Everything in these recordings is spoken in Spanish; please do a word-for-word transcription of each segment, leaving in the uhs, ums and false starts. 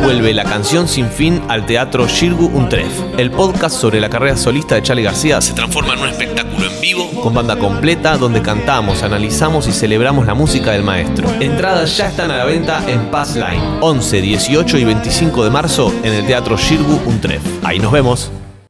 vuelve La Canción Sin Fin al Teatro Xirgu Untref. El podcast sobre la carrera solista de Charly García se transforma en un espectáculo en vivo con banda completa donde cantamos, analizamos y celebramos la música del maestro. Entradas ya están a la venta en Pass Line. once, dieciocho y veinticinco de marzo en el Teatro Xirgu Untref. Ahí nos vemos.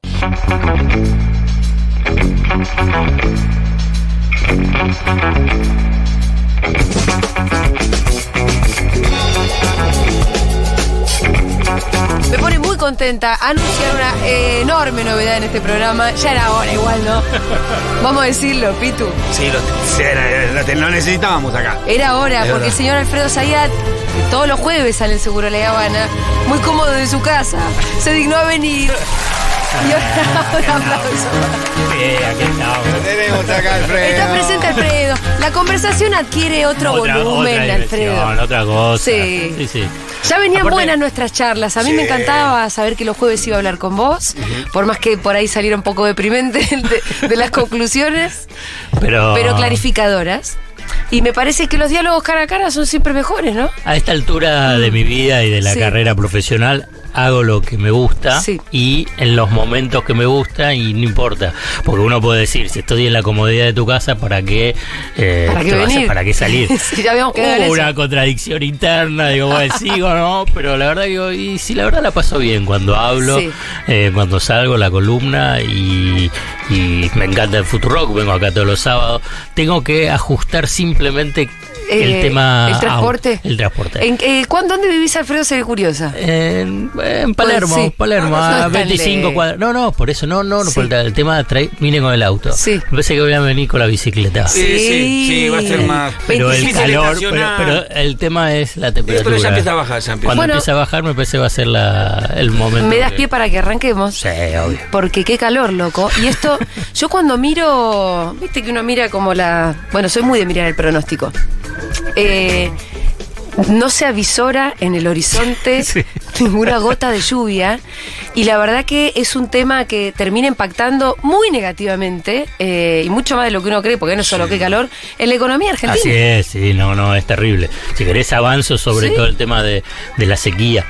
Me pone muy contenta anunciar una eh, enorme novedad en este programa. Ya era hora igual, ¿no? Vamos a decirlo, Pitu. Sí, lo, sí, lo, lo, lo necesitábamos acá. Era hora, es porque verdad. El señor Alfredo Zayat todos los jueves sale en Seguro La Habana, muy cómodo de su casa. Se dignó a venir. Y ahora un aplauso. Sí, aquí estamos. Lo tenemos acá, Alfredo. Está presente Alfredo. La conversación adquiere otro Otra, volumen, otra Alfredo. dimensión, otra cosa. Sí. Sí, sí. Ya venían Aparte, buenas nuestras charlas. A mí Sí. me encantaba saber que los jueves iba a hablar con vos, uh-huh. por más que por ahí saliera un poco deprimente de, de las conclusiones, pero, pero clarificadoras. Y me parece que los diálogos cara a cara son siempre mejores, ¿no? A esta altura de mi vida y de la Sí. carrera profesional, hago lo que me gusta Sí. y en los momentos que me gusta y no importa, porque uno puede decir, si estoy en la comodidad de tu casa, ¿para qué, eh, ¿Para qué te vas a- venir? ¿para qué salir? Sí, ya habíamos quedado en Hubo eso. una contradicción interna, digo, bueno, sigo o no, pero la verdad que digo, y sí, la verdad la paso bien cuando hablo, Sí. eh, cuando salgo la columna y, y me encanta el Futurock, vengo acá todos los sábados, tengo que ajustar simplemente el Eh, tema... ¿El transporte? El transporte. ¿En, eh, ¿cuándo, ¿Dónde vivís, Alfredo? Seré curiosa. En, en Palermo, Pues sí. Palermo, No, no, no a es tan veinticinco lejos. cuadras. No, no, por eso, no, no, no Sí. por el, el tema de traer, vine con el auto. Sí. Me parece que voy a venir con la bicicleta. Sí, sí, sí, va a ser más. Pero el difícil calor, pero, estacionar. pero el tema es la Sí, temperatura. pero ya empieza a bajar, ya empieza. Cuando Bueno. empieza a bajar me parece que va a ser la, el momento. ¿Me das que- pie para que arranquemos? Sí, obvio. Porque qué calor, loco. Y esto, yo cuando miro, viste que uno mira como la... Bueno, soy muy de mirar el pronóstico. Eh, no se avisora en el horizonte Sí. ninguna gota de lluvia. Y la verdad que es un tema que termina impactando muy negativamente, eh, y mucho más de lo que uno cree, porque no es solo qué calor, en la economía argentina. Así es, sí, no, no, es terrible. Si querés avanzo sobre ¿Sí? todo el tema de, de la sequía.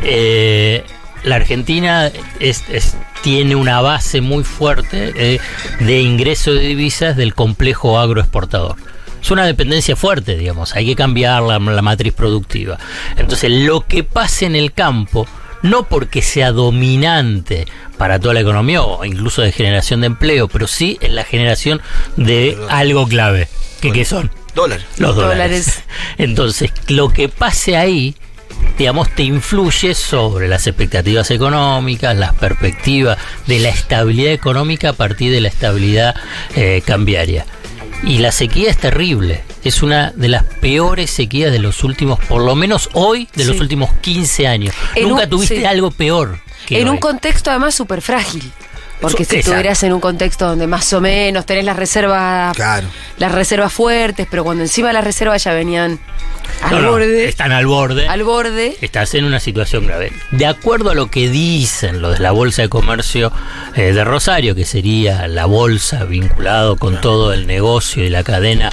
Eh, la Argentina es, es- tiene una base muy fuerte eh, de ingreso de divisas del complejo agroexportador. Es una dependencia fuerte, digamos, hay que cambiar la, la matriz productiva. Entonces, lo que pase en el campo, no porque sea dominante para toda la economía o incluso de generación de empleo, pero sí en la generación de algo clave. ¿Qué, qué son? Dólares. Los dólares. Dólares. Entonces, lo que pase ahí, digamos, te influye sobre las expectativas económicas, las perspectivas de la estabilidad económica a partir de la estabilidad eh, cambiaria. Y la sequía es terrible. Es una de las peores sequías de los últimos, por lo menos hoy, de los Sí. últimos quince años. En Nunca un- tuviste sí. algo peor que En hoy. un contexto además súper frágil. Porque Eso- si exacto. estuvieras en un contexto donde más o menos tenés las reservas, Claro. las reservas fuertes, pero cuando encima las reservas ya venían al No, no, borde, están al borde. al borde. Estás en una situación grave. De acuerdo a lo que dicen los de la Bolsa de Comercio eh, de Rosario, que sería la bolsa vinculado con todo el negocio y la cadena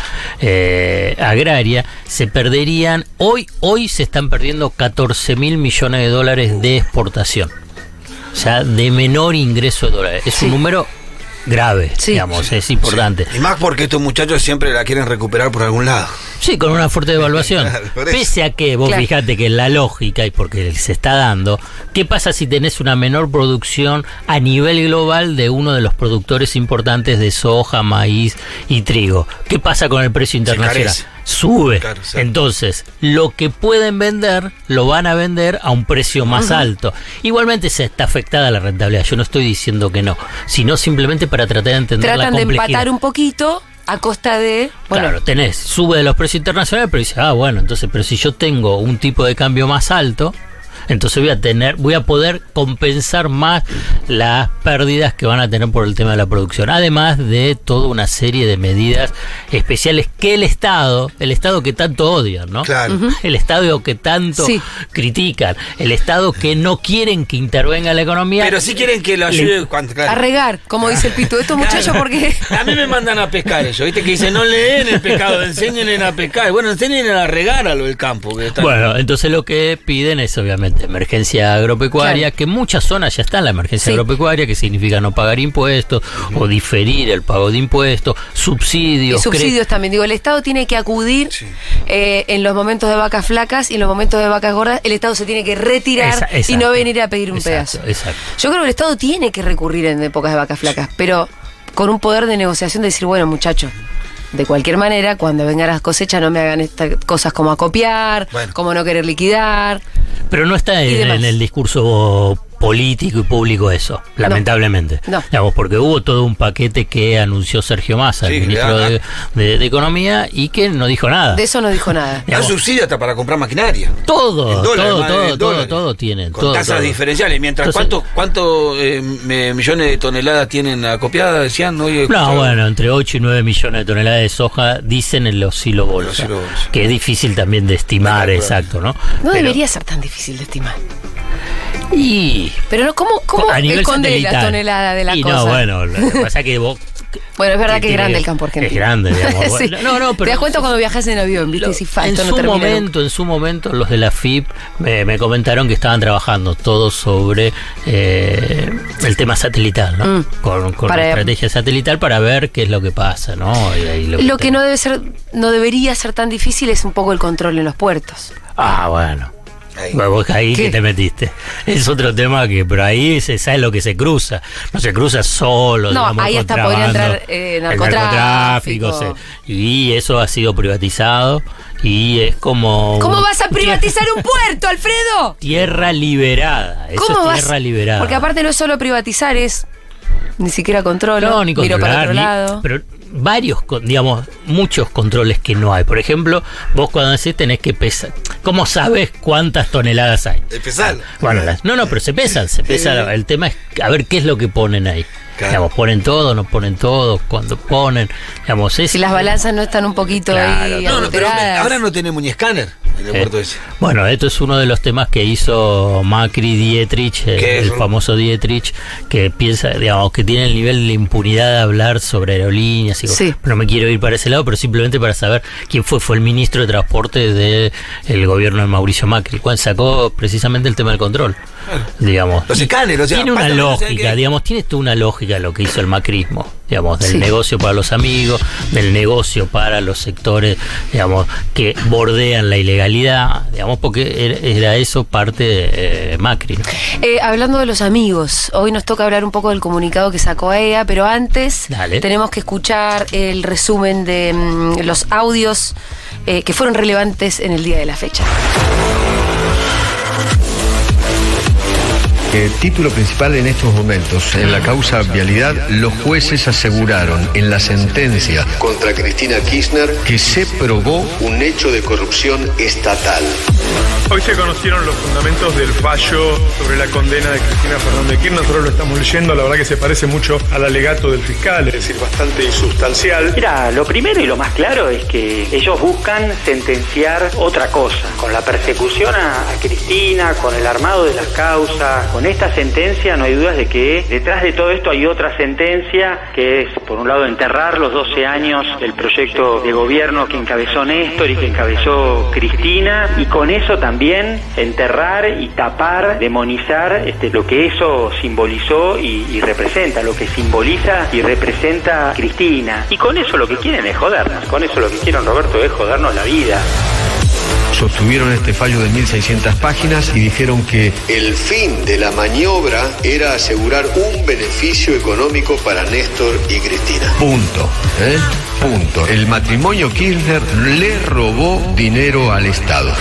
eh, agraria, se perderían, hoy, hoy se están perdiendo catorce mil millones de dólares de exportación. O sea, de menor ingreso de dólares. Es Sí. un número grave, Sí. digamos, es importante. Y más porque estos muchachos siempre la quieren recuperar por algún lado. Sí, con una fuerte devaluación. Claro, por eso. Pese a que vos Claro. fijate que la lógica, y porque se está dando, ¿qué pasa si tenés una menor producción a nivel global de uno de los productores importantes de soja, maíz y trigo? ¿Qué pasa con el precio internacional? encarece. Sube. Claro, sí. Entonces, lo que pueden vender, lo van a vender a un precio más alto. Igualmente se está afectada la rentabilidad. Yo no estoy diciendo que no, sino simplemente para tratar de entender la Tratan de complejidad. empatar un poquito a costa de... Bueno, Claro, tenés, sube de los precios internacionales, pero dice, ah, bueno, entonces, pero si yo tengo un tipo de cambio más alto, entonces voy a tener, voy a poder compensar más las pérdidas que van a tener por el tema de la producción. Además de toda una serie de medidas especiales que el Estado, el Estado que tanto odian, ¿no? Claro. El Estado que tanto Sí. critican, el Estado que no quieren que intervenga la economía. Pero si quieren que lo ayude cuando, claro. a regar, como dice el Pitu. Estos muchachos, porque... A mí me mandan a pescar ellos, ¿viste? Que dicen, no leen el pescado, enséñenle a pescar. Bueno, enséñenle a regar a lo del campo. Que está- Bueno, entonces lo que piden es obviamente exactamente, emergencia agropecuaria, Claro. que en muchas zonas ya está en la emergencia Sí. agropecuaria, que significa no pagar impuestos o diferir el pago de impuestos, Y subsidios. subsidios también. Digo, el Estado tiene que acudir Sí. eh, en los momentos de vacas flacas y en los momentos de vacas gordas. El Estado se tiene que retirar Esa- y exacto. no venir a pedir un Exacto, pedazo. exacto. Yo creo que el Estado tiene que recurrir en épocas de vacas flacas, pero con un poder de negociación de decir, bueno, muchachos, de cualquier manera, cuando venga las cosechas no me hagan estas cosas como acopiar, Bueno. como no querer liquidar. Pero no está Y en, demás. en el discurso político y público eso, lamentablemente. No. Digamos, porque hubo todo un paquete que anunció Sergio Massa, Sí, el que le ministro dan- de, de- de Economía, y que no dijo nada. De eso no dijo nada. Dan Digamos, subsidio hasta para comprar maquinaria. todo, En dólares, todo, más todo, en todo, dólares. todo tienen. Con todo, tasas todo. diferenciales. Mientras, Entonces- ¿cuántos cuánto, eh, me- millones de toneladas tienen acopiadas? Decían, ¿no? Hoy he No, escuchado- bueno, entre ocho y nueve millones de toneladas de soja dicen en los silo bolsa, Los silo bolsa. que es difícil también de estimar, Bueno, exacto, ¿no? No Pero- debería ser tan difícil de estimar. Y Pero no, ¿cómo, cómo a nivel esconde la satelital. tonelada de la y cosa? no, bueno, lo que pasa es que vos... Bueno, es verdad que es tiene- grande el campo argentino. Es grande, digamos. Sí. Bueno, no, no, pero Te das cuenta cuando viajas en avión, ¿viste? Lo- Y si fa, en esto no su termina momento, nunca. en su momento, los de la F I P me, me comentaron que estaban trabajando todos sobre eh, el tema satelital, ¿no? Mm. Con, con Para- la estrategia satelital para ver qué es lo que pasa, ¿no? Y ahí Lo que te- no debe ser, no debería ser tan difícil es un poco el control en los puertos. Ah, bueno. Ahí. Bueno, vos ahí ¿Qué? que te metiste. Es otro tema que, pero ahí se sabe lo que se cruza. No se cruza solo. No, digamos, ahí hasta podría contrabando, entrar, eh, el narcotráfico. narcotráfico, se- y eso ha sido privatizado y es como ¿Cómo un- vas a privatizar un puerto, Alfredo? tierra liberada. Eso ¿Cómo es vas? tierra liberada. Porque aparte no es solo privatizar, es ni siquiera controlo, no, ni miro para controlar, otro ni- lado. pero varios, con- digamos, muchos controles que no hay. Por ejemplo, vos cuando decís tenés que pesar. ¿Cómo sabes cuántas toneladas hay? El pesar. Bueno, las- no, no, pero se pesan, se pesan. El tema es a ver qué es lo que ponen ahí. Claro. Digamos, ponen todo, no ponen todo, cuando ponen, digamos, es, Si las balanzas no están un poquito Claro, ahí No, no, pero adulteradas. ahora no tenemos ni escáner en el Eh, puerto ese. Bueno, esto es uno de los temas que hizo Macri Dietrich, eh, ¿Qué es? el famoso Dietrich, que piensa, digamos, que tiene el nivel de impunidad de hablar sobre aerolíneas y cosas. Sí. No me quiero ir para ese lado, pero simplemente para saber quién fue. Fue el ministro de Transporte del gobierno de Mauricio Macri, cuando sacó precisamente el tema del control. Digamos. Los escáneres, o sea, tiene una basta, no sé lógica, qué- digamos, tiene toda una lógica lo que hizo el macrismo, digamos, del Sí. negocio para los amigos, del negocio para los sectores, digamos, que bordean la ilegalidad, digamos, porque era, era eso parte de eh, Macri, ¿no? Eh, hablando de los amigos, hoy nos toca hablar un poco del comunicado que sacó A E A, pero antes Dale. tenemos que escuchar el resumen de mm, los audios eh, que fueron relevantes en el día de la fecha. Eh, título principal en estos momentos. En la causa vialidad, los jueces aseguraron en la sentencia contra Cristina Kirchner que se probó un hecho de corrupción estatal. Hoy se conocieron los fundamentos del fallo sobre la condena de Cristina Fernández de Kirchner. Nosotros lo estamos leyendo, la verdad que se parece mucho al alegato del fiscal, es decir, bastante insustancial. Mira, lo primero y lo más claro es que ellos buscan sentenciar otra cosa. Con la persecución a, a Cristina, con el armado de las causas, con esta sentencia no hay dudas de que detrás de todo esto hay otra sentencia que es, por un lado, enterrar los doce años del proyecto de gobierno que encabezó Néstor y que encabezó Cristina, y con eso también enterrar y tapar, demonizar este, lo que eso simbolizó y, y representa, lo que simboliza y representa Cristina. Y con eso lo que quieren es jodernos, con eso lo que quieren, Roberto, es jodernos la vida. Sostuvieron este fallo de mil seiscientas páginas y dijeron que el fin de la maniobra era asegurar un beneficio económico para Néstor y Cristina. Punto. ¿eh? Punto. El matrimonio Kirchner le robó dinero al Estado.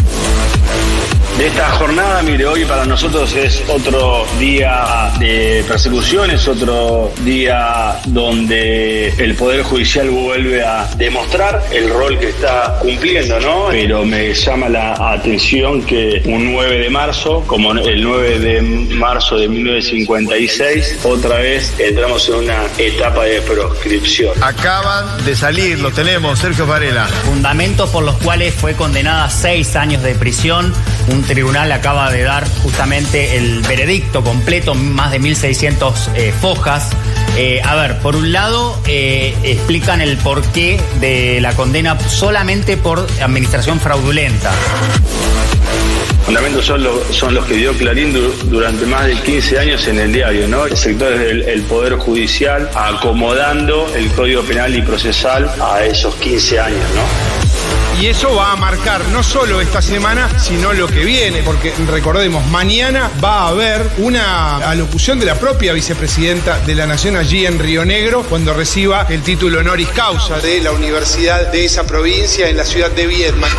De esta jornada, mire, hoy para nosotros es otro día de persecución, es otro día donde el Poder Judicial vuelve a demostrar el rol que está cumpliendo, ¿no? Pero me llama la atención que un nueve de marzo, como el nueve de marzo de mil novecientos cincuenta y seis, otra vez entramos en una etapa de proscripción. Acaban de salir, lo tenemos, Sergio Varela. Fundamentos por los cuales fue condenada a seis años de prisión. Un tribunal acaba de dar justamente el veredicto completo, más de mil seiscientas eh, fojas. Eh, a ver, por un lado, eh, explican el porqué de la condena solamente por administración fraudulenta. fundamentos son los, son los que dio Clarín du- durante más de quince años en el diario, ¿no? El sector del el Poder Judicial acomodando el Código Penal y Procesal a esos quince años, ¿no? Y eso va a marcar no solo esta semana, sino lo que viene, porque recordemos, mañana va a haber una alocución de la propia vicepresidenta de la Nación allí en Río Negro, cuando reciba el título honoris causa de la universidad de esa provincia en la ciudad de Viedma.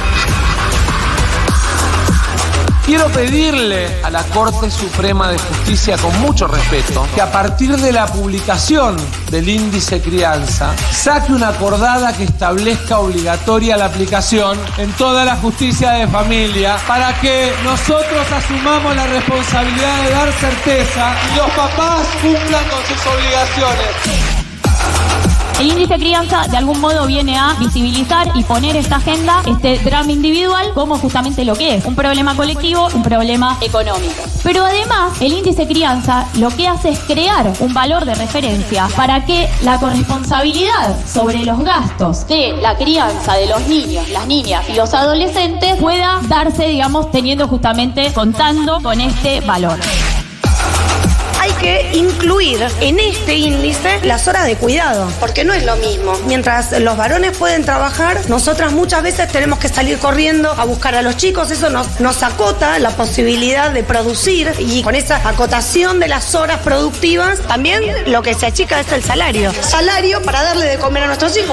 Quiero pedirle a la Corte Suprema de Justicia, con mucho respeto, que a partir de la publicación del índice crianza, saque una acordada que establezca obligatoria la aplicación en toda la justicia de familia, para que nosotros asumamos la responsabilidad de dar certeza y los papás cumplan con sus obligaciones. El índice crianza de algún modo viene a visibilizar y poner esta agenda, este drama individual, como justamente lo que es, un problema colectivo, un problema económico. Pero además, el índice crianza lo que hace es crear un valor de referencia para que la corresponsabilidad sobre los gastos de la crianza de los niños, las niñas y los adolescentes pueda darse, digamos, teniendo justamente, contando con este valor. Hay que incluir en este índice las horas de cuidado, porque no es lo mismo. Mientras los varones pueden trabajar, nosotras muchas veces tenemos que salir corriendo a buscar a los chicos. Eso nos, nos acota la posibilidad de producir, y con esa acotación de las horas productivas también lo que se achica es el salario. Salario para darle de comer a nuestros hijos.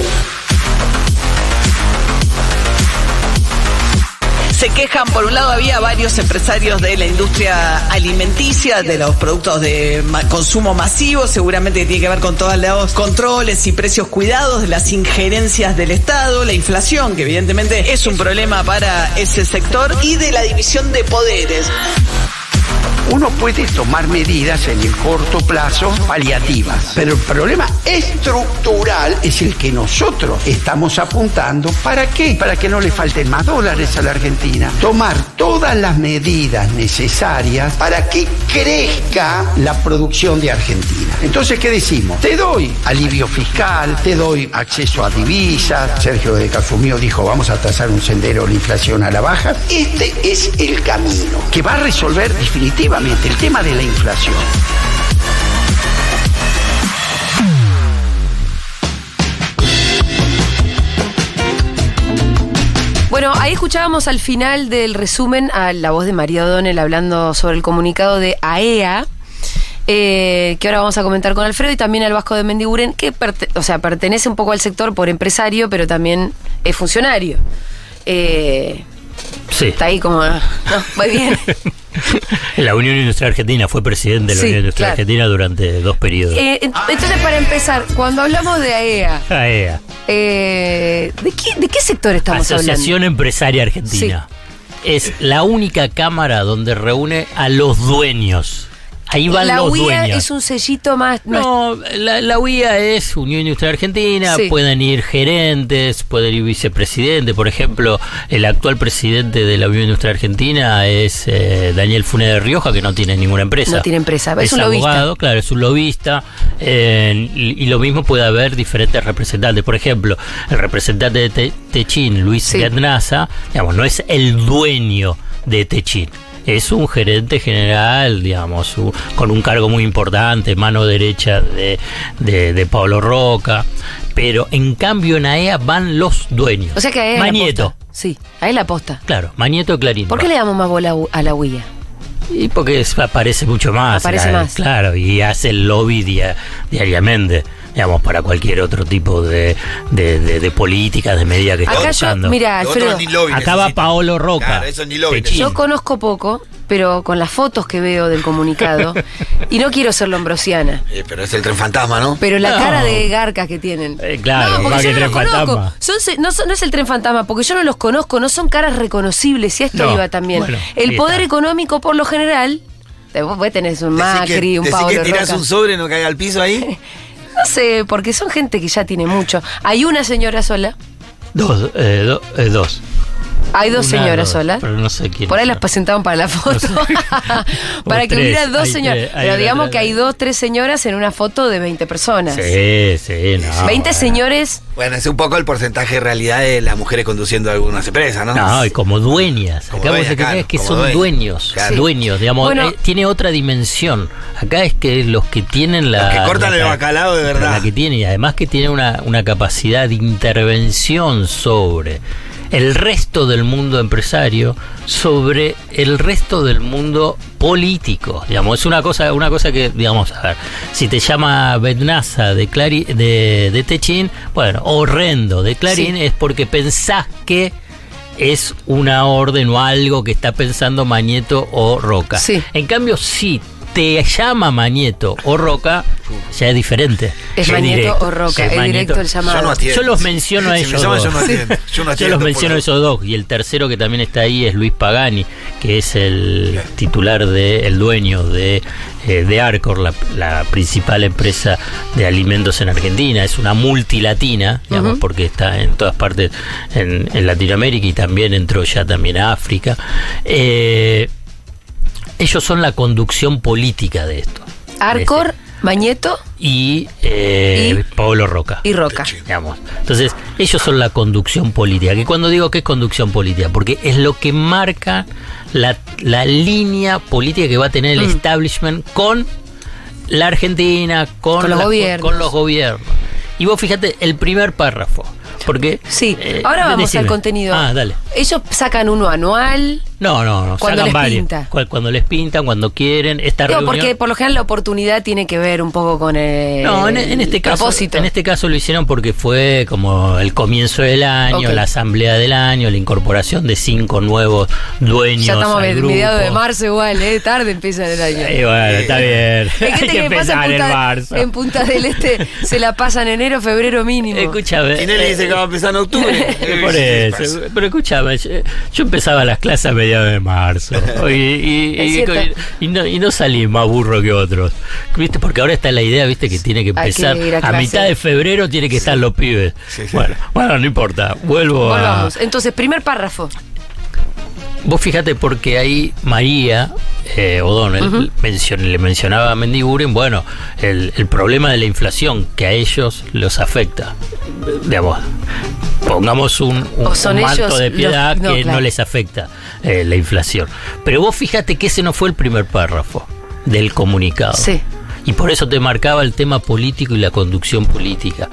Se quejan, por un lado, había varios empresarios de la industria alimenticia, de los productos de ma- consumo masivo, seguramente que tiene que ver con todos los controles y precios cuidados, de las injerencias del Estado, la inflación, que evidentemente es un problema para ese sector, y de la división de poderes. Uno puede tomar medidas en el corto plazo paliativas, pero el problema estructural es el que nosotros estamos apuntando. ¿Para qué? Para que no le falten más dólares a la Argentina. Tomar todas las medidas necesarias para que crezca la producción de Argentina. Entonces, ¿qué decimos? Te doy alivio fiscal, te doy acceso a divisas. Sergio de Casumío dijo, vamos a trazar un sendero de la inflación a la baja. Este es el camino que va a resolver definitivamente el tema de la inflación. Bueno, ahí escuchábamos al final del resumen a la voz de María O'Donnell hablando sobre el comunicado de A E A, eh, que ahora vamos a comentar con Alfredo, y también al Vasco de Mendiguren, que perte- o sea, pertenece un poco al sector por empresario, pero también es funcionario. Eh, Sí. Está ahí como, no, va bien. La Unión Industrial Argentina, fue presidente de la Sí, Unión Industrial claro. Argentina durante dos periodos. Eh, ent- entonces, para empezar, cuando hablamos de A E A, A E A. eh, ¿de, qué, ¿de qué sector estamos Asociación hablando? Empresaria Argentina. Es la única cámara donde reúne a los dueños. Ahí van La los U I A dueños. es un sellito más... más- No, la, la U I A es Unión Industrial Argentina, Sí. pueden ir gerentes, pueden ir vicepresidentes. Por ejemplo, el actual presidente de la Unión Industrial Argentina es eh, Daniel Funes de Rioja, que no tiene ninguna empresa. No tiene empresa, es Es un lobista. abogado, claro, es un lobista. eh, y, y lo mismo puede haber diferentes representantes. Por ejemplo, el representante de Te- Techín, Luis Sí. Gatnaza, digamos, no es el dueño de Techín. Es un gerente general, digamos, u- con un cargo muy importante, mano derecha de, de, de Pablo Roca. Pero en cambio en A E A van los dueños. O sea que a E A Manieto. la posta. Sí, a él la posta. Claro, Manieto Clarín. ¿Por qué le damos más bola a U- a la U I A? Y porque es- aparece mucho más. Aparece la- más. Claro, y hace el lobby dia- diariamente, digamos, para cualquier otro tipo de, de, de, de políticas, de medidas que está Acá yo, buscando. mira, Alfredo, Acá va Paolo Roca. Claro, eso ni lobby Techín. yo conozco poco, pero con las fotos que veo del comunicado, y no quiero ser lombrosiana, Eh, pero es el tren fantasma, ¿no? pero la No. cara de garcas que tienen. Eh, claro, no, porque más yo que no los Tren conozco. Fantasma. Son se- no, son- no es el tren fantasma, porque yo no los conozco, no son caras reconocibles, y a esto No, iba también. bueno, el ahí poder está. económico, por lo general, vos vos tenés un Decí Macri, que, un decí Pablo que tirás Roca. un sobre y no caiga al piso ahí. No sé, porque son gente que ya tiene mucho. Hay una señora sola. Dos, eh, do- eh, dos. Hay dos Una, señoras dos, solas. Pero no sé quién. Por ahí las presentaban para la foto. Para O que tres, hubiera dos hay señoras. tres, hay Pero digamos tres. que hay dos, tres señoras en una foto de veinte personas. Sí, sí, no. veinte bueno. señores. Bueno, es un poco el porcentaje de realidad de las mujeres conduciendo algunas empresas, ¿no? No, y como dueñas. Como Acá vos dueñas, te crees claro, que como son dueñas. dueños. Claro. Dueños, digamos. Bueno. eh, tiene otra dimensión. Acá es que los que tienen la. Los que cortan la- el bacalao de verdad. La que tiene, y además que tiene una, una capacidad de intervención sobre el resto del mundo empresario, sobre el resto del mundo político, digamos. Es una cosa, una cosa que, digamos, a ver, si te llama Betnaza de Clarín, de, de Techín, bueno, horrendo de Clarín, Sí. es porque pensás que es una orden o algo que está pensando Mañeto o Roca. Sí. En cambio, si te llama Mañeto o Roca, ya es diferente. Es Ya Mañeto directo. o Roca, Sí, es Mañeto. directo el llamado. Yo no atiendo. Yo los menciono a Si me ellos llaman, dos. yo no atiendo. Yo no Yo atiendo, los por menciono a favor. esos dos. Y el tercero que también está ahí es Luis Pagani, que es el titular de, el dueño de, eh, de Arcor, la, la principal empresa de alimentos en Argentina. Es una multilatina, digamos, Ujú. porque está en todas partes en, en Latinoamérica y también entró ya también a África. Eh, ellos son la conducción política de esto. Arcor, Mañeto Y, eh, Pablo Roca. y Roca. Digamos. Entonces, ellos son la conducción política. Que cuando digo que es conducción política, porque es lo que marca la, la línea política que va a tener el Mm. establishment con la Argentina, con, Con los las- gobiernos. con los gobiernos. Y vos fíjate el primer párrafo. Porque. Sí, eh, ahora vamos decime. al contenido. Ah, dale. Ellos sacan uno anual. No, no, no. Cuando sacan les varios. pinta. Cu- Cuando les pintan, cuando quieren. Esta Digo, reunión. porque por lo general la oportunidad tiene que ver un poco con el No, en, en este caso, propósito. en este caso lo hicieron porque fue como el comienzo del año, Ok. la asamblea del año, la incorporación de cinco nuevos dueños. Ya estamos al en grupo. mediados de marzo igual, ¿eh? Tarde empieza el año. Y bueno, está bien. Hay Hay gente que que pasa empezar en en Punta, marzo. en Punta del Este se la pasa en enero, febrero mínimo. Escúchame. Tinelli dice que va a empezar en octubre. Por eso, pero escúchame, yo, yo empezaba las clases a mediados de marzo y, y- Es y- cierto. y no, y no salí más burro que otros, ¿viste? Porque ahora está la idea, ¿viste? Que tiene que Hay que empezar ir a a, clase. mitad de febrero, tiene que estar los pibes. Bueno, bueno, no importa, vuelvo a... Volvamos. Entonces, primer párrafo. Vos fíjate porque ahí María eh, O'Donnell Ujú. mencion- le mencionaba a Mendiguren, bueno, el, el problema de la inflación que a ellos los afecta. Digamos, pongamos un, un, O son un manto ellos de piedad los- no, que claro. no les afecta eh, la inflación. Pero vos fíjate que ese no fue el primer párrafo del comunicado. Sí. Y por eso te marcaba el tema político y la conducción política.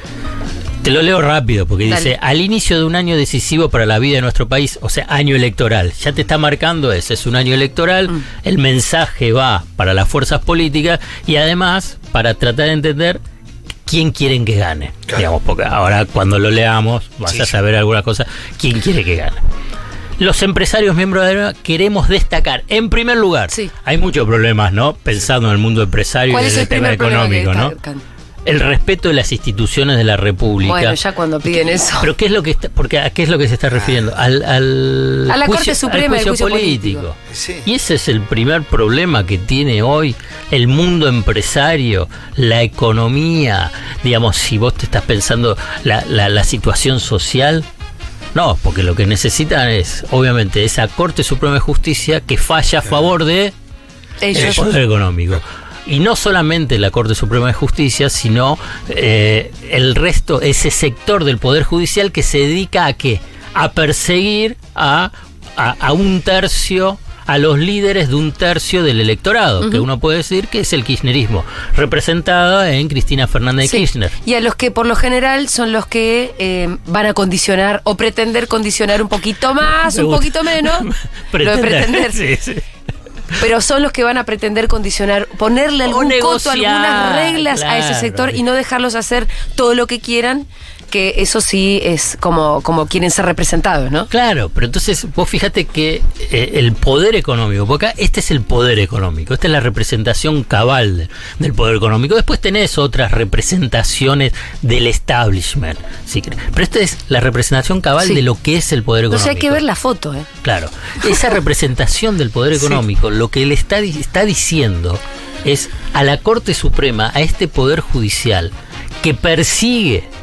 Te lo leo rápido porque Dale. dice, al inicio de un año decisivo para la vida de nuestro país, o sea, año electoral, ya te está marcando eso, es un año electoral, Mm. el mensaje va para las fuerzas políticas y además para tratar de entender quién quieren que gane, digamos, porque ahora cuando lo leamos vas Sí, a sí. saber alguna cosa, quién quiere que gane. Los empresarios miembros de la queremos destacar, en primer lugar, Sí. hay muchos problemas, ¿no? Pensando en el mundo empresario y ¿Cuál es desde el el tema primer problema que económico, ¿no? destacan? El respeto de las instituciones de la República. Bueno, ya cuando piden eso. Pero ¿qué es lo que está, porque a qué es lo que se está refiriendo? Al, al A la juicio, Corte Suprema al y el juicio juicio político. político. Sí. Y ese es el primer problema que tiene hoy el mundo empresario, la economía. Digamos, si vos te estás pensando la, la, la situación social. No, porque lo que necesitan es, obviamente, esa Corte Suprema de Justicia que falla a favor de el Ellos. poder económico. Y no solamente la Corte Suprema de Justicia, sino eh, el resto, ese sector del Poder Judicial que se dedica a qué? A perseguir a, a, a un tercio, a los líderes de un tercio del electorado, Ujú. que uno puede decir que es el kirchnerismo, representada en Cristina Fernández de Sí. Kirchner. Y a los que por lo general son los que eh, van a condicionar o pretender condicionar un poquito más, Me un gusta. poquito menos. Lo de pretender. Sí, sí. Pero son los que van a pretender condicionar, ponerle O algún coto, negociar, algunas reglas a ese claro. sector y no dejarlos hacer todo lo que quieran, que eso sí es como, como quieren ser representados, ¿no? Claro, pero entonces vos fíjate que eh, el poder económico, porque acá este es el poder económico, esta es la representación cabal de- del poder económico. Después tenés otras representaciones del establishment, si querés. Pero esta es la representación cabal Sí. de lo que es el poder económico. Entonces hay que ver la foto, ¿eh? Claro, esa representación del poder Sí. económico, lo que le está, di- está diciendo es a la Corte Suprema, a este poder judicial que persigue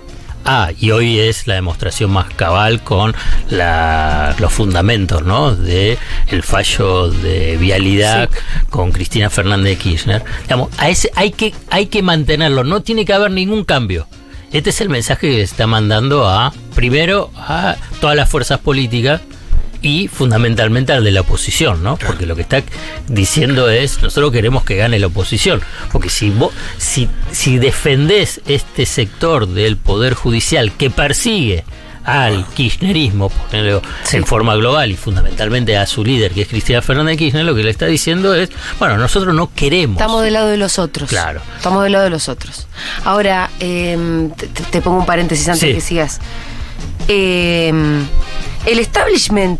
Ah, y hoy es la demostración más cabal con la, los fundamentos, ¿no? De el fallo de vialidad sí. con Cristina Fernández de Kirchner. Digamos, a ese hay que hay que mantenerlo, no tiene que haber ningún cambio. Este es el mensaje que se está mandando a, primero, a todas las fuerzas políticas y fundamentalmente al de la oposición, ¿no? Porque lo que está diciendo es, nosotros queremos que gane la oposición, porque si vos, si, si defendés este sector del Poder Judicial que persigue al kirchnerismo, ponerlo sí. en forma global y fundamentalmente a su líder, que es Cristina Fernández de Kirchner, lo que le está diciendo es, bueno, nosotros no queremos. Estamos del lado de los otros. Claro. Estamos del lado de los otros. Ahora, eh, te, te pongo un paréntesis antes sí. que sigas. Eh, el establishment,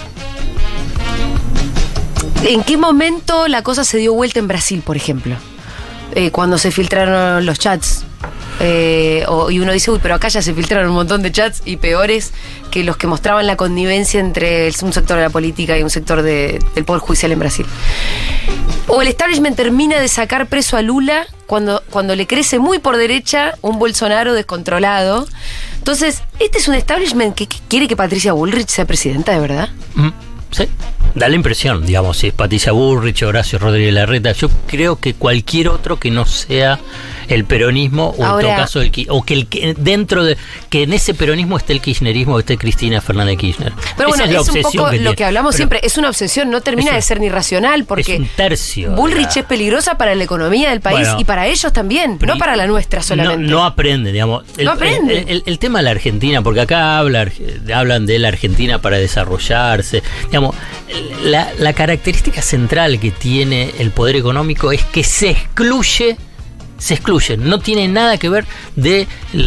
¿en qué momento la cosa se dio vuelta en Brasil, por ejemplo? Eh, cuando se filtraron los chats. Eh, o, y uno dice, uy, pero acá ya se filtraron un montón de chats y peores que los que mostraban la connivencia entre un sector de la política y un sector de, del Poder Judicial en Brasil. O el establishment termina de sacar preso a Lula cuando, cuando le crece muy por derecha un Bolsonaro descontrolado. Entonces, ¿este es un establishment que, que quiere que Patricia Bullrich sea presidenta de verdad? Mm, sí. Da la impresión, digamos, si es Patricia Bullrich, Horacio Rodríguez Larreta, yo creo que cualquier otro que no sea el peronismo, o Ahora, en todo caso, el, o que, el, que dentro de, que en ese peronismo esté el kirchnerismo, o esté Cristina Fernández de Kirchner. Pero bueno, Esa es, es un poco que lo que hablamos siempre, es una obsesión, no termina un, de ser ni racional, porque es un tercio Bullrich la... es peligrosa para la economía del país bueno, y para ellos también, no para la nuestra solamente. No, no aprende, digamos. El, no aprende. El, el, el tema de la Argentina, porque acá habla, hablan de la Argentina para desarrollarse, digamos, la, la característica central que tiene el poder económico es que se excluye, se excluye, no tiene nada que ver de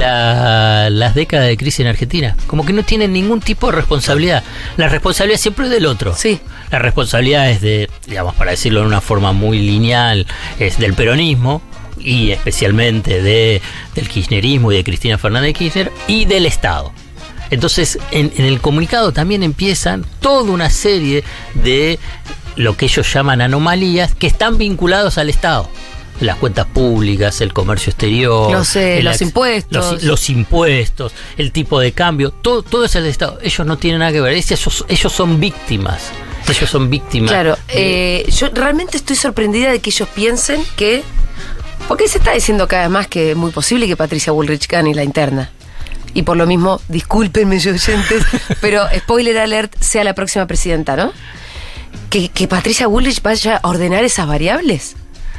la, las décadas de crisis en Argentina, como que no tiene ningún tipo de responsabilidad. La responsabilidad siempre es del otro. Sí. La responsabilidad es de, digamos, para decirlo de una forma muy lineal, es del peronismo y especialmente de, del kirchnerismo y de Cristina Fernández de Kirchner y del Estado. Entonces, en, en el comunicado también empiezan toda una serie de lo que ellos llaman anomalías que están vinculados al Estado. Las cuentas públicas, el comercio exterior, los, eh, los ex, impuestos. Los, los impuestos, el tipo de cambio, todo, todo es el Estado. Ellos no tienen nada que ver, ellos, ellos son víctimas. Ellos son víctimas. Claro, eh, yo realmente estoy sorprendida de que ellos piensen que... Porque se está diciendo cada vez más que es muy posible que Patricia Bullrich gane la interna. Y por lo mismo, discúlpenme, yo oyentes, pero spoiler alert, sea la próxima presidenta, ¿no? ¿Que, que Patricia Bullrich vaya a ordenar esas variables?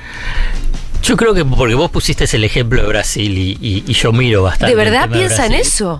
Yo creo que porque vos pusiste el ejemplo de Brasil y, y, y yo miro bastante. ¿De verdad piensa en eso?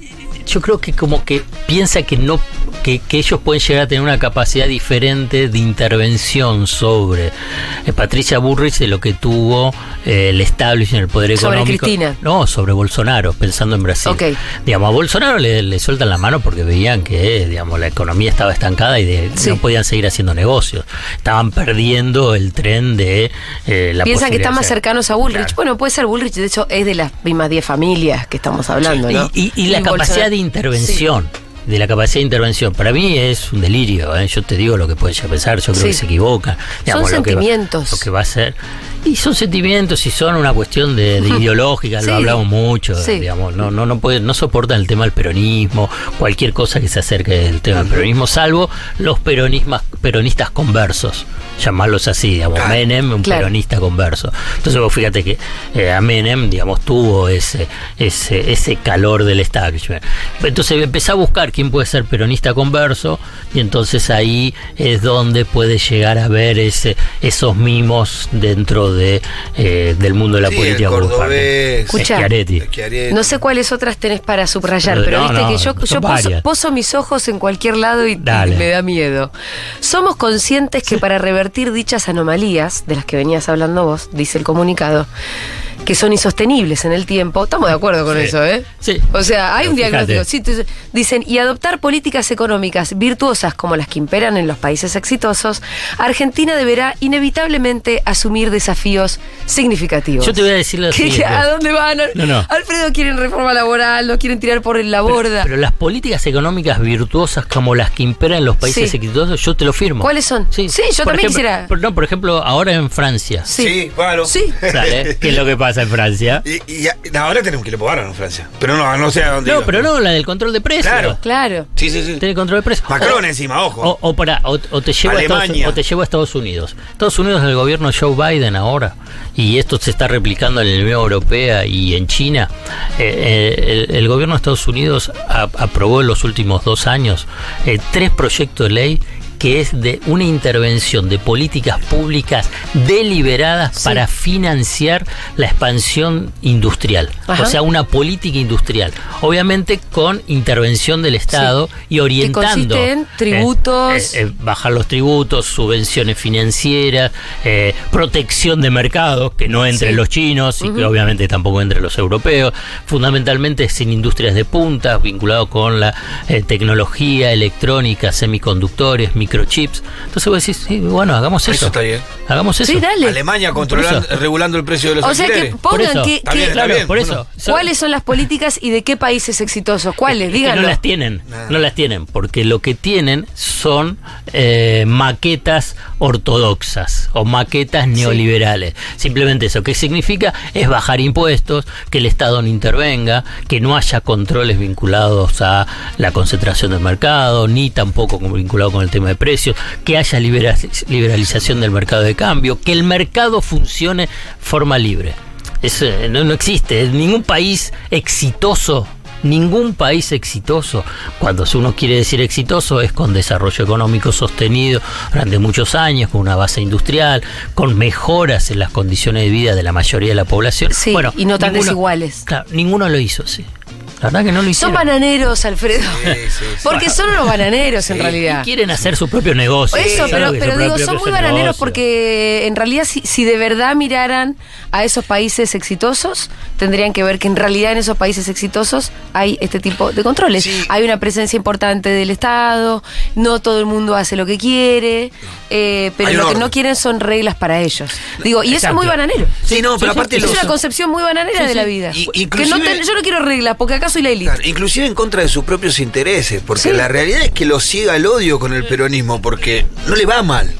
Yo creo que como que piensa que no que, que ellos pueden llegar a tener una capacidad diferente de intervención sobre eh, Patricia Bullrich de lo que tuvo eh, el establishment, el poder económico. ¿Sobre Cristina? No, sobre Bolsonaro, pensando en Brasil. Okay. Digamos, a Bolsonaro le, le sueltan la mano porque veían que, digamos, la economía estaba estancada y de, sí. no podían seguir haciendo negocios. Estaban perdiendo el tren de eh, la Piensan que están más ser. cercanos a Bullrich. Claro. Bueno, puede ser Bullrich, de hecho es de las mismas diez familias que estamos hablando, ¿no? Y, y, y la y capacidad Bolsonaro... de intervención. Sí. De la capacidad de intervención. Para mí es un delirio, ¿eh? Yo te digo lo que puede llegar a pensar, yo creo sí. que se equivoca. Digamos, son sentimientos. Lo que, va, lo que va a ser. Y son sentimientos y son una cuestión de, de ideológica, sí. lo hablamos mucho, sí. digamos, no, no, no puede, no soportan el tema del peronismo, cualquier cosa que se acerque del tema del peronismo, salvo los peronismas, peronistas conversos, llamarlos así, digamos, claro. Menem, un claro. peronista converso. Entonces vos fíjate que eh, a Menem, digamos, tuvo ese, ese, ese calor del establishment. Entonces empecé a buscar quién puede ser peronista converso, y entonces ahí es donde puede llegar a ver ese, esos mimos dentro de eh, del mundo de la sí, política. Escucha, no sé cuáles otras tenés para subrayar, pero, pero no, viste no, que yo, yo poso, poso mis ojos en cualquier lado y, y me da miedo. Somos conscientes que sí. para revertir dichas anomalías, de las que venías hablando vos, dice el comunicado, que son insostenibles en el tiempo, estamos de acuerdo con sí. eso, ¿eh? Sí. O sea, hay pero un diagnóstico. Sí, te, dicen, y adoptar políticas económicas virtuosas como las que imperan en los países exitosos, Argentina deberá inevitablemente asumir desafíos significativos. Yo te voy a decir lo siguiente. ¿A dónde van? No, no. Alfredo, quieren reforma laboral, lo quieren tirar por la borda. Pero, pero las políticas económicas virtuosas como las que imperan en los países sí. exitosos, yo te lo firmo. ¿Cuáles son? Sí, sí yo por también ejemplo, quisiera. Por, no, por ejemplo, ahora en Francia. Sí, sí claro. Sí. ¿Sale? ¿Qué es lo que pasa? pasa en Francia. Y, y, y ahora tenemos que le bárbaro en Francia. Pero no, no sé a dónde No, iba. pero no, la del control de precios. Claro. Claro. Sí, sí, sí. Tiene control de precios. Macron o, encima, ojo. O, o, para, o, o te llevo a Estados, o te llevo a Estados Unidos. Estados Unidos es el gobierno Joe Biden ahora. Y esto se está replicando en la Unión Europea y en China. Eh, el, el gobierno de Estados Unidos a, aprobó en los últimos dos años eh, tres proyectos de ley que es de una intervención de políticas públicas deliberadas sí. para financiar la expansión industrial. Ajá. O sea, una política industrial. Obviamente con intervención del Estado sí. y orientando. Que consiste en tributos. Eh, eh, bajar los tributos, subvenciones financieras, eh, protección de mercados, que no entre sí. los chinos uh-huh. y que obviamente tampoco entre los europeos. Fundamentalmente sin industrias de punta, vinculado con la eh, tecnología, electrónica, semiconductores, microchips. Entonces vos decís, sí, bueno, hagamos eso. Eso está bien. Hagamos eso. Sí, dale. Alemania controlando, regulando el precio de los o alquileres. O sea, que pongan que, que bien, claro, bien. por eso. ¿Cuáles son las políticas y de qué países exitosos? ¿Cuáles? Díganlo. No las tienen, no las tienen, porque lo que tienen son eh, maquetas ortodoxas o maquetas neoliberales. Sí. Simplemente eso. ¿Qué significa? Es bajar impuestos, que el Estado no intervenga, que no haya controles vinculados a la concentración del mercado, ni tampoco vinculado con el tema de precios, que haya liberalización del mercado de cambio, que el mercado funcione de forma libre. Eso no, no existe. Ningún país exitoso, ningún país exitoso, cuando uno quiere decir exitoso, es con desarrollo económico sostenido durante muchos años, con una base industrial, con mejoras en las condiciones de vida de la mayoría de la población. Sí, bueno, y no tan ninguno, desiguales. Claro, ninguno lo hizo, sí. La verdad que no lo hicieron. Son bananeros, Alfredo. Sí, sí, sí. Porque son unos bananeros sí. en realidad. Y quieren hacer su propio negocio. Eso, sí, pero, pero digo, son muy bananeros negocio. Porque en realidad si, si de verdad miraran a esos países exitosos, tendrían que ver que en realidad en esos países exitosos hay este tipo de controles. Sí. Hay una presencia importante del Estado, no todo el mundo hace lo que quiere, eh, pero lo que no quieren son reglas para ellos. Digo, y Exacto. eso es muy bananero. Sí, no, pero aparte es los... una concepción muy bananera sí, de la vida. Y, que no te, yo no quiero reglas, porque acá soy la élite. Claro, inclusive en contra de sus propios intereses, porque sí. la realidad es que lo ciega el odio con el peronismo, porque no le va mal.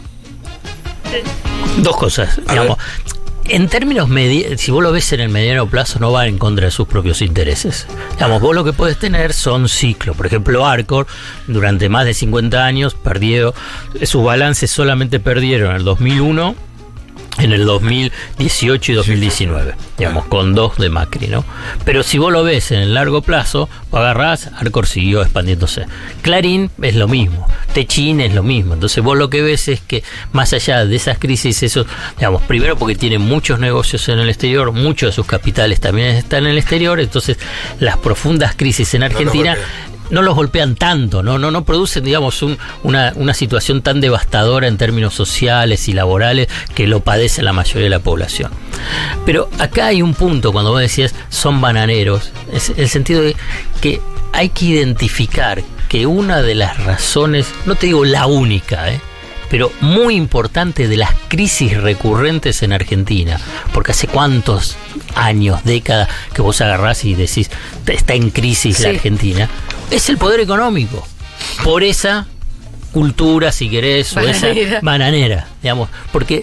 Dos cosas, A digamos. ver. En términos, medi- si vos lo ves en el mediano plazo, no va en contra de sus propios intereses. Digamos, vos lo que podés tener son ciclos. Por ejemplo, Arcor, durante más de cincuenta años, perdió, sus balances solamente perdieron en el dos mil uno, en el dos mil dieciocho y dos mil diecinueve, digamos, con dos de Macri, ¿no? Pero si vos lo ves en el largo plazo, vos agarrás, Arcor siguió expandiéndose. Clarín es lo mismo, Techin es lo mismo. Entonces vos lo que ves es que más allá de esas crisis, eso, digamos, primero porque tienen muchos negocios en el exterior, muchos de sus capitales también están en el exterior, entonces las profundas crisis en Argentina no los golpean tanto, no no no producen, digamos, un, una, una situación tan devastadora en términos sociales y laborales que lo padece la mayoría de la población. Pero acá hay un punto, cuando vos decías son bananeros, es el sentido de que hay que identificar que una de las razones, no te digo la única, ¿eh? pero muy importante, de las crisis recurrentes en Argentina, porque hace cuántos años, décadas, que vos agarrás y decís, está en crisis sí. la Argentina, es el poder económico, por esa cultura, si querés, bananera. o esa bananera, digamos, porque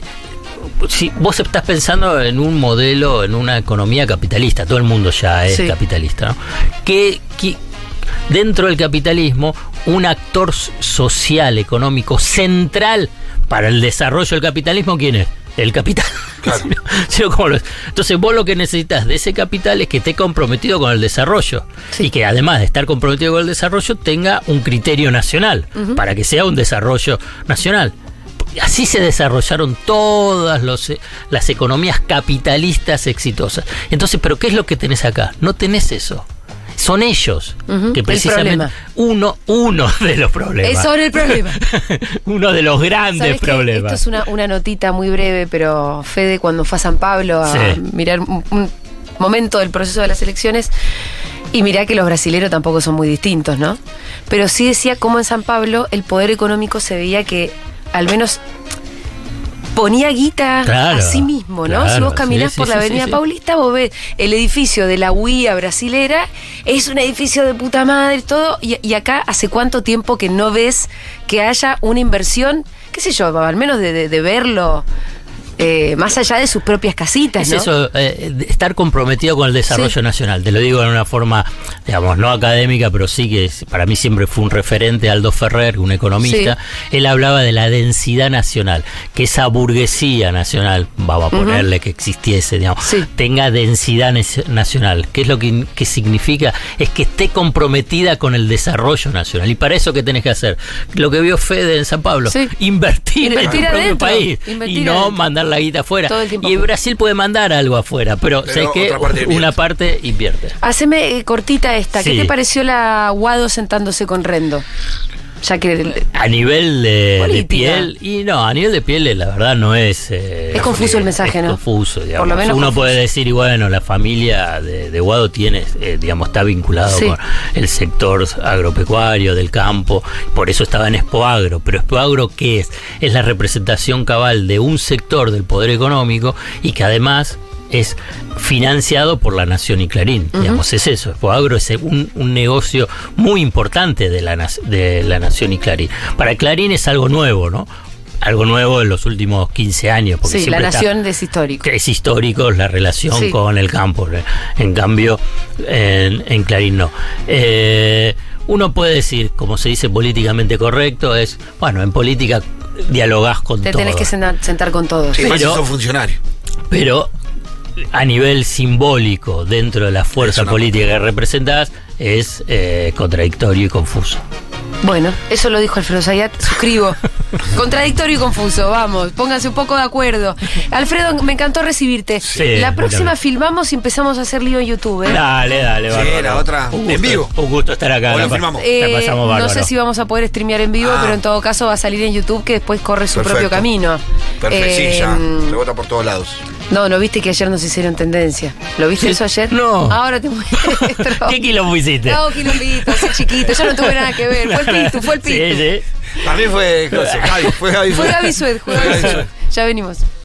si vos estás pensando en un modelo, en una economía capitalista, todo el mundo ya es sí. capitalista, ¿no? Que, que dentro del capitalismo, un actor social, económico, central para el desarrollo del capitalismo, ¿quién es? El capital. Claro. Entonces vos lo que necesitas de ese capital es que esté comprometido con el desarrollo sí. y que además de estar comprometido con el desarrollo tenga un criterio nacional uh-huh. para que sea un desarrollo nacional. Así se desarrollaron todas los, las economías capitalistas exitosas. Entonces, ¿pero qué es lo que tenés acá? No tenés eso. Son ellos uh-huh. que precisamente uno uno de los problemas. Es sobre el problema. Uno de los grandes problemas. Esto es una, una notita muy breve, pero Fede, cuando fue a San Pablo a sí. mirar un, un momento del proceso de las elecciones, y mirá que los brasileros tampoco son muy distintos, ¿no? Pero sí decía cómo en San Pablo el poder económico se veía que al menos ponía guita claro, a sí mismo, ¿no? Claro, si vos caminás sí, por sí, la sí, avenida sí, Paulista, vos ves el edificio de la U I A brasilera, es un edificio de puta madre, todo, y, y acá hace cuánto tiempo que no ves que haya una inversión, qué sé yo, al menos de, de, de verlo eh, más allá de sus propias casitas, Es ¿no? eso, eh, de estar comprometido con el desarrollo Sí. nacional. Te lo digo de una forma, digamos, no académica, pero sí que es- para mí siempre fue un referente, Aldo Ferrer, un economista. Él hablaba de la densidad nacional, que esa burguesía nacional, vamos a Ujú. ponerle que existiese, digamos, tenga densidad nes- nacional. ¿Qué es lo que, que significa? Es que esté comprometida con el desarrollo nacional. Y para eso, ¿qué tenés que hacer? Lo que vio Fede en San Pablo, invertir, Invertir en tu propio adentro, país invertir y no adentro. mandar la guita afuera. Todo el tiempo Y afuera. Brasil puede mandar algo afuera, pero, Pero ¿sabes qué? otra parte Una parte invierte. Haceme eh, cortita esta. ¿Qué Sí. te pareció la Guado sentándose con Rendo? Ya que el- A nivel de, de Política. piel, y no, a nivel de piel, eh, la verdad no es. eh, Es confuso el mensaje, es ¿no? confuso, digamos. Por lo menos Uno confuso. puede decir, y bueno, la familia de, de Guado tiene, eh, digamos, está vinculado Sí. con el sector agropecuario, del campo, por eso estaba en Expoagro. Pero Expoagro, ¿qué es? Es la representación cabal de un sector del poder económico y que además es financiado por la Nación y Clarín. Ujú. Digamos, es eso. Expoagro es un, un negocio muy importante de la, nas- de la Nación y Clarín. Para Clarín es algo nuevo, ¿no? Algo nuevo en los últimos quince años. Porque sí, la siempre está- nación es histórico. que es histórico la relación Sí. con el campo. En cambio, en, en Clarín no. Eh, uno puede decir, como se dice políticamente correcto, es, bueno, en política dialogás con Te todo. tenés que sentar, sentar con todos. Sí, más si Pero- sos funcionario. Pero a nivel simbólico, dentro de la fuerza política que representás, es eh, contradictorio y confuso. Bueno, eso lo dijo Alfredo Zayat, suscribo. Contradictorio y confuso, vamos, pónganse un poco de acuerdo. Alfredo, me encantó recibirte. Sí, la me próxima encantó. filmamos y empezamos a hacer lío en YouTube. ¿eh? Dale, dale, Sí, bárbaro. la otra, Un en gusto, vivo. Un gusto estar acá. O lo la pa- filmamos. la Eh, pasamos no bárbaro. sé si vamos a poder streamear en vivo, Ah. pero en todo caso va a salir en YouTube que después corre su Perfecto. propio camino. Perfecto, Eh, sí, ya. Rebota por todos lados. No, no viste que ayer nos hicieron tendencia. ¿Lo viste eso ayer? No. Ahora te muestro. ¿Qué quilombo hiciste? No, quilombito, así chiquito. Yo no tuve nada que ver. Fue el Pitu, fue el Pitu. Sí, sí. También fue, no sé, Javi, fue Javi. Fue Gaby Sued, fue Fue Gaby Gaby Sued. Sued. Ya venimos.